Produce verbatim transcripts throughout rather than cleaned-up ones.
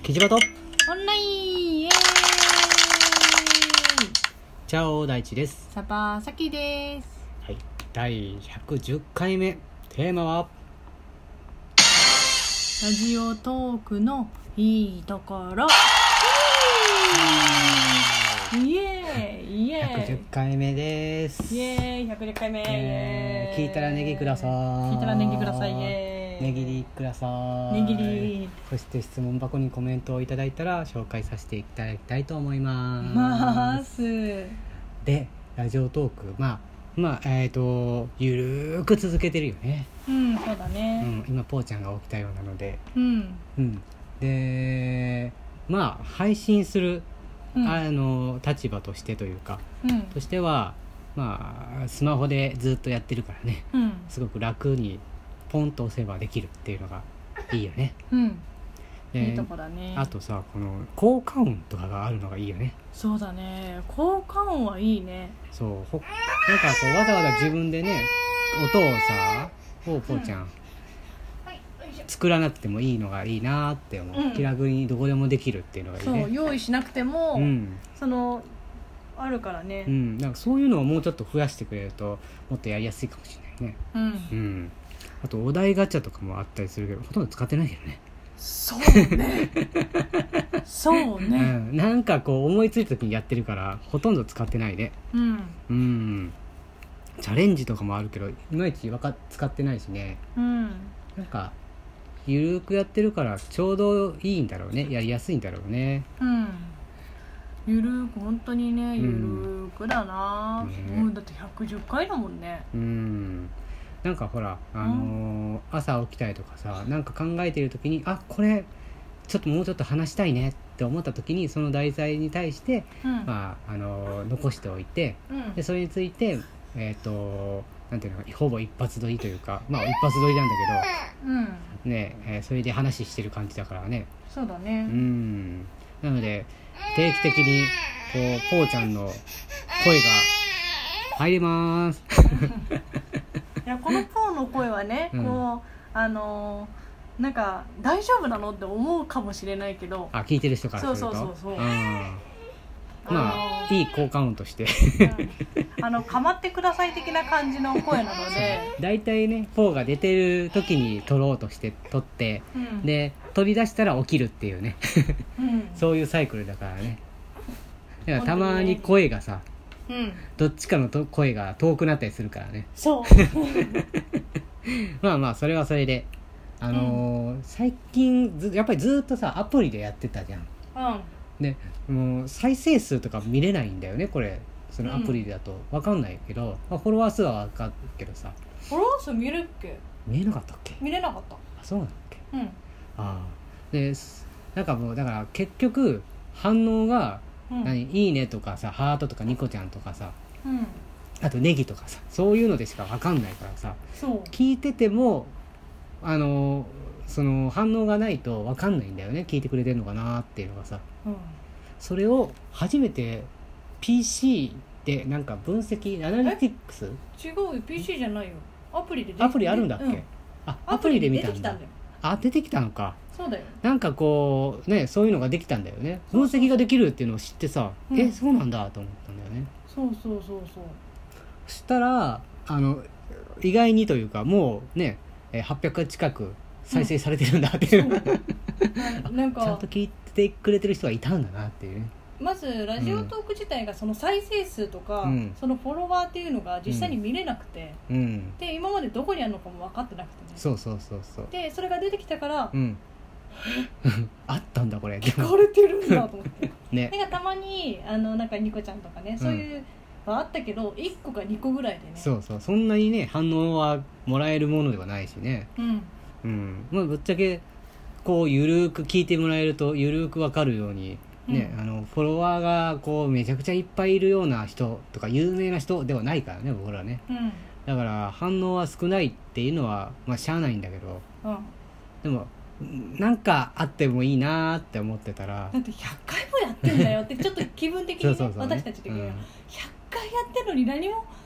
キジバトオンラインイエーイ。 チャオ大地です。 サバサキです。 はい、だいひゃくじゅっかいめ、テーマはラジオトークのいいところ。イエーイイエーイ。 ひゃくじゅっかいめです。 イエーイひゃくじゅっかいめ、 えー、聞いたらネギください。 聞いたらネギください。イエーイ。 ネギリください。 ネギリ。 そして質問箱にコメントをいただいたら紹介させていただきたいと思います。 ますで、ラジオトーク、まあまあえっ、ー、とゆるーく続けてるよね。 うん、そうだね。 うん、今ポーちゃんが起きたようなので、 うんうん、でまあ配信する、うん、あの立場としてというか、うん、としてはまあスマホでずっとやってるからね、うん、すごく楽にポンと押せばできるっていうのがいいよね。 うん、いいとこだね。 あとさ、この効果音とかがあるのがいいよね。 そうだね、効果音はいいね。 そう、ほなんかこうわざわざ自分でね音をさ、おうぽーちゃん、うん、作らなくてもいいのがいいなって思う、うん、気楽にどこでもできるっていうのがいいね。 そう、用意しなくても、うん、そのあるからね、 うん、なんかそういうのをもうちょっと増やしてくれるともっとやりやすいかもしれないね。うん、うん、あとお題ガチャとかもあったりするけどほとんど使ってないけどね。 そうねそうね、うん、 なんかこう思いついた時にやってるからほとんど使ってないね。うん、うん、チャレンジとかもあるけどいまいちわか使ってないしね、うん、なんかゆるくやってるからちょうどいいんだろうね、やりやすいんだろうね。 うん、ゆるく本当にね、ゆるくだな、うんね、もうだってひゃくじゅっかいだもんね。 うん、なんかほら、あのー、朝起きたりとかさ、なんか考えてる時にあこれちょっともうちょっと話したいねって思った時にその題材に対して、うん、まああのー、残しておいて、うん、でそれについてえっ、ー、となんていうのかほぼ一発撮りというか、まあ一発撮りなんだけど、うん、ねえー、それで話してる感じだからね。 そうだね。 うん、なので定期的にこうポーちゃんの声が入りますいやこのポーの声はね、うん、こうあのー、なんか大丈夫なのって思うかもしれないけど、 あ聞いてる人からするとそうそうそうそう、うん、 まあ、いい効果音として、 うん、あの構ってください的な感じの声なのでだいたいねポーが出てる時に撮ろうとして撮って、うん、で取り出したら起きるっていうね、うん、そういうサイクルだからね。だからたまに声がさ、うん、どっちかのと声が遠くなったりするからね。 そうまあまあそれはそれであのーうん、最近ずやっぱりずっとさアプリでやってたじゃん、うん、でもう再生数とか見れないんだよねこれ、そのアプリだと分かんないけど、うん、まあ、フォロワー数は分かるけどさ。 フォロワー数見れるっけ？ 見えなかったっけ？ 見れなかった。 あ、そうなんだっけ？うん。ああ、でなんかもうだから結局反応が、うん、何いいねとかさハートとかニコちゃんとかさ、うん、あとネギとかさそういうのでしか分かんないからさ、そう聞いててもあのその反応がないと分かんないんだよね、聞いてくれてるのかなっていうのがさ、うん、それを初めて ピーシー でなんか分析アナリティクス違うよ ピーシー じゃないよ、アプリでアプリあるんだっけ、うん、あアプリで見たんだ。出てきたんだよ。あ出てきたのか。 そうだよ。 なんかこうねそういうのができたんだよね。分析ができるっていうのを知ってさ、うん、えそうなんだと思ったんだよね。 そうそうそうそう。 そしたらあの意外にというかもうねはっぴゃくかい近く再生されてるんだっていう、うん、なんかちゃんと聞いてくれてる人がいたんだなっていうね。 まずラジオトーク自体がその再生数とか、うん、そのフォロワーっていうのが実際に見れなくて、うん、で今までどこにあるのかも分かってなくてね。 そうそうそうそうでそれが出てきたから、うん、 あったんだこれ聞かれてるんだと思ってね。なんかたまにあのなんかニコちゃんとかねそういう、うんはあったけどいっこかにこぐらいでね。 そうそう、そんなにね反応はもらえるものではないしね。うんうん、まあぶっちゃけこうゆるく聞いてもらえるとゆるく分かるようにね、うん、あのフォロワーがこうめちゃくちゃいっぱいいるような人とか有名な人ではないからね僕らね、うん、だから反応は少ないっていうのはまあしゃあないんだけど、うん、でもなんかあってもいいなって思ってたらだってひゃっかいもやってんだよってちょっと気分的に、ね、そうそうそうね、私たち的には、うん、ひゃっかいやってるのに何も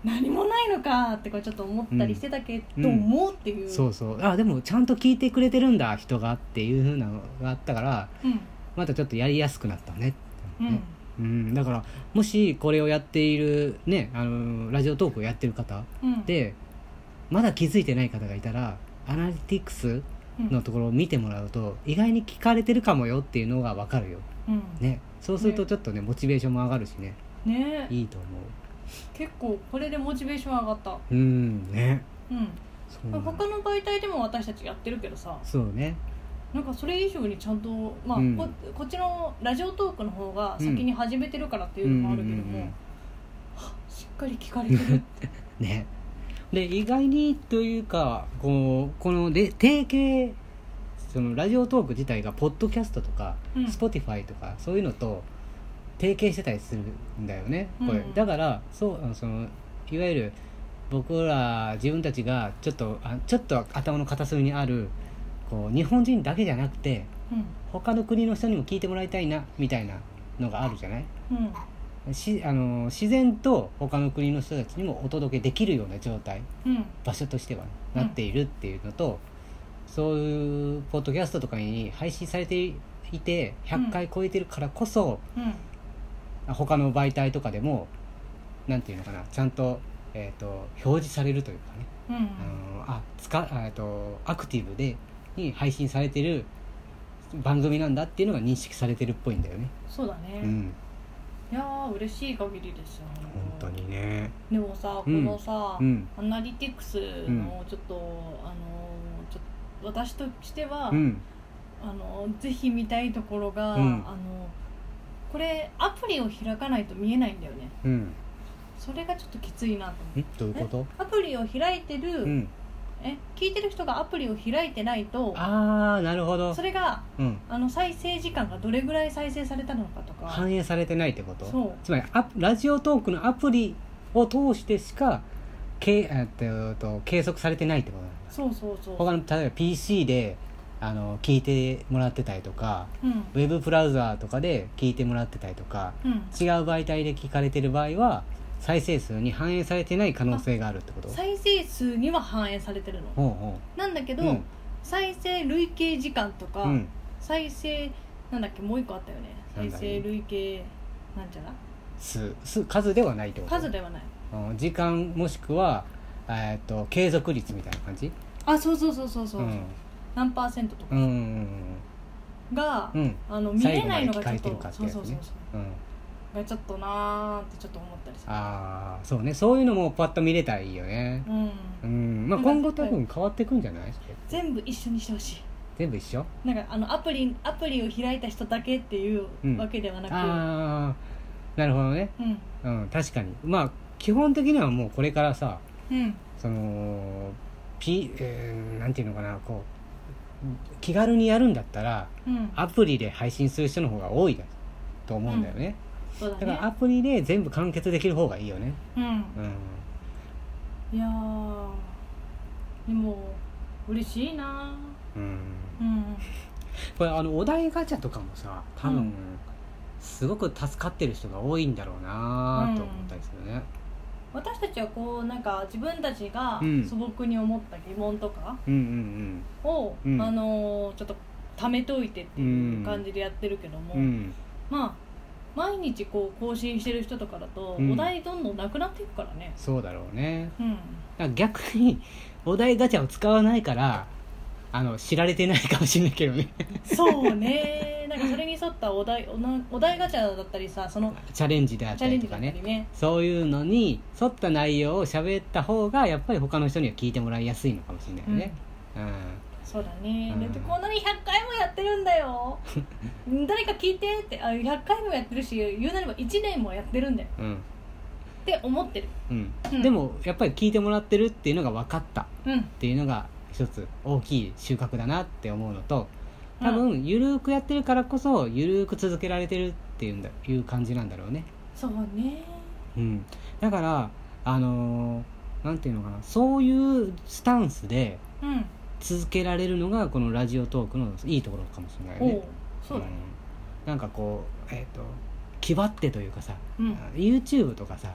何もないのかってこうちょっと思ったりしてたけども、うん、っていう、 そうそうあでもちゃんと聞いてくれてるんだ人がっていう風なのがあったから、うん、またちょっとやりやすくなったね、ねうんうん、だからもしこれをやっているねあのラジオトークをやってる方、うん、でまだ気づいてない方がいたらアナリティクスのところを見てもらうと、うん、意外に聞かれてるかもよっていうのが分かるよ、うんね、そうするとちょっとねモチベーションも上がるしね、ねいいと思う。 結構これでモチベーション上がった。 うんね、 うん、そう他の媒体でも私たちやってるけどさ、 そうねなんかそれ以上にちゃんと、まあうん、こ, こっちのラジオトークの方が先に始めてるからっていうのもあるけども、うんうんうんうん、しっかり聞かれてるってねで意外にというかこうこので提携そのラジオトーク自体がポッドキャストとか、うん、Spotify とかそういうのと提携してたりするんだよねこれ、うん、だからそうそのいわゆる僕ら自分たちがちょっとあちょっと頭の片隅にあるこう日本人だけじゃなくて、うん、他の国の人にも聞いてもらいたいなみたいなのがあるじゃない、うん、しあの自然と他の国の人たちにもお届けできるような状態、うん、場所としては、ね、なっているっていうのと、うん、そういうポッドキャストとかに配信されていてひゃっかい超えてるからこそ、うん他の媒体とかでもなんていうのかなちゃんと、えーと、表示されるというかね、うんうん、あのあつかあとアクティブでに配信されてる番組なんだっていうのが認識されてるっぽいんだよね。 そうだね、うん、いやー嬉しい限りですよ本当にね。 でもさこのさ、うん、アナリティクスのちょっと、うん、あのちょっと私としては、うん、あのぜひ見たいところが、うん、あのこれアプリを開かないと見えないんだよね、うん、それがちょっときついなと思って。 どういうこと？ アプリを開いてる、うん、え聞いてる人がアプリを開いてないとあーなるほどそれが、うん、あの再生時間がどれぐらい再生されたのかとか反映されてないってこと？ そうつまりラジオトークのアプリを通してしかけえっと計測されてないってことなんだ。 そうそうそう他の例えば ピーシー であの聞いてもらってたりとか、うん、ウェブブラウザーとかで聞いてもらってたりとか、うん、違う媒体で聞かれてる場合は再生数に反映されてない可能性があるってこと？ 再生数には反映されてるの。ほうほうなんだけど、うん、再生累計時間とか、うん、再生なんだっけもう一個あったよね。再生累計なんちゃら数数数ではないってこと？ 数ではない、 うん、時間もしくは、えー、っと継続率みたいな感じ？ あそうそうそうそうそう、うん何パーセントとかが、うんうん、あの見れないのがちょっと、ね、そうそうそうそう、うん、がちょっとなーってちょっと思ったりする。 ああそうねそういうのもパッと見れたらいいよね。うん、うんまあ、今後多分変わっていくんじゃない？ 全部一緒にしてほしい。 全部一緒？ なんかあのアプリアプリを開いた人だけっていうわけではなく、うん、 ああなるほどね、うんうん、確かにまあ基本的にはもうこれからさ、うん、その P、えー、なんていうのかなこう気軽にやるんだったら、うん、アプリで配信する人の方が多いだと思うんだよね、うん、そうだね。だからアプリで全部完結できる方がいいよね。うん、うん、 いやでも嬉しいなうん、うん、 これあのお題ガチャとかもさ多分、うん、すごく助かってる人が多いんだろうなと思ったりするね、うん私たちはこうなんか自分たちが素朴に思った疑問とかを、うんうんうん、あのー、ちょっと貯めといてっていう感じでやってるけども、うん、まあ毎日こう更新してる人とかだと、うん、お題どんどんなくなっていくからね。 そうだろうね、うん、だから逆にお題ガチャを使わないからあの知られてないかもしれないけどねそうねなんかそれに沿ったお題、お題ガチャだったりさそのチャレンジであったりとか ね, ねそういうのに沿った内容を喋った方がやっぱり他の人には聞いてもらいやすいのかもしれないよね、うんうん、 そうだね、うん、だってこんなにひゃっかいもやってるんだよ誰か聞いてってあひゃっかいもやってるし言うなればいちねんもやってるんだよ、うん、って思ってる、 うんうん、でもやっぱり聞いてもらってるっていうのが分かったっていうのが一つ大きい収穫だなって思うのと多分ゆるーくやってるからこそゆるーく続けられてるっていうんだいう感じなんだろうね。 そうね、 うん、だからあのー、なんていうのかなそういうスタンスで続けられるのがこのラジオトークのいいところかもしれないよね。 そうだね、 うん、なんかこうえっ、ー、と気張ってというかさ、うん、YouTube とかさ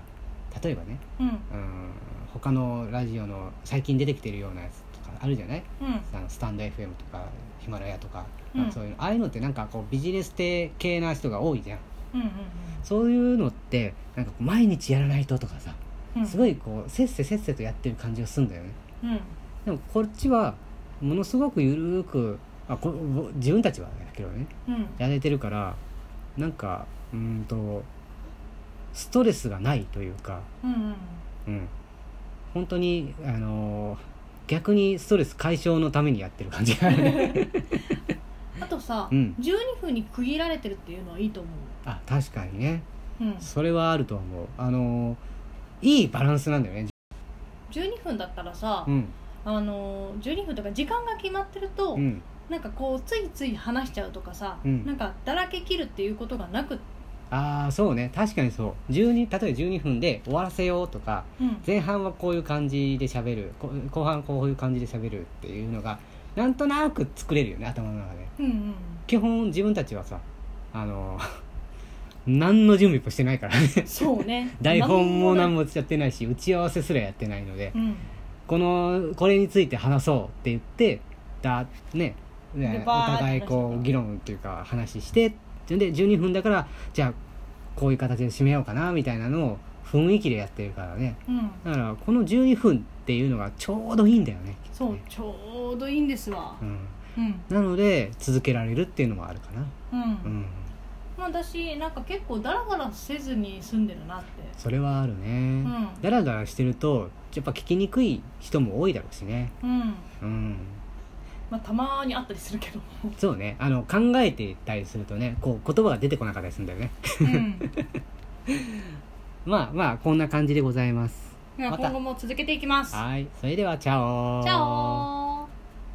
例えばね、 うん、うん他のラジオの最近出てきてるようなやつとかあるじゃない、 うん、 あのスタンド エフエム とかヒマラヤとか、 うん、 なんかそういうのああいうのってなんかこうビジネス系な人が多いじゃん、 うんうんうん、 そういうのってなんかこう毎日やらないととかさ、 うん、 すごいこうせっせせっせとやってる感じがするんだよね、 うん、 でもこっちはものすごくゆるくあこ自分たちはだけどね、 うん、 やれてるからなんかうーんとストレスがないというか、 うんうんうん、本当にあのー、逆にストレス解消のためにやってる感じがあるねあとさ、 うん、 じゅうにふんに区切られてるっていうのはいいと思う。 あ、確かにね、 うん、 それはあると思う。あのー、いいバランスなんだよね。 じゅうにふんだったらさ、 うん、 あのじゅうにふんとか時間が決まってると、 うん、 なんかこうついつい話しちゃうとかさ、 うん、 なんかだらけ切るっていうことがなく、 ああそうね、確かにそう。じゅうに例えばじゅうにふんで終わらせようとか、 うん、 前半はこういう感じで喋る、後半こういう感じで喋るっていうのがなんとなく作れるよね、頭の中で。 うんうん、 基本自分たちはさ、あの何の準備もしてないからねそうね台本も何もやってないし、打ち合わせすらやってないので、 うん、 このこれについて話そうって言ってだね、ねお互いこう議論っていうか話してでじゅうにふんだからじゃあこういう形で締めようかなみたいなのを雰囲気でやってるからね、 うん、 だからこのじゅうにふんっていうのがちょうどいいんだよね、 そうちょうどいいんですわ、 うんうん、 なので続けられるっていうのもあるかな、 うん、 うん、 まあ私なんか結構ダラダラせずに済んでるなって。 それはあるね、うん、ダラダラしてるとやっぱ聞きにくい人も多いだろうしね、 うん、 うん、 まあたまにあったりするけどそうね、あの考えていたりするとね、こう言葉が出てこなかったりするんだよね、うん、まあまあこんな感じでございます。 今後も続けていきます。 はい、それではチャオチャオ。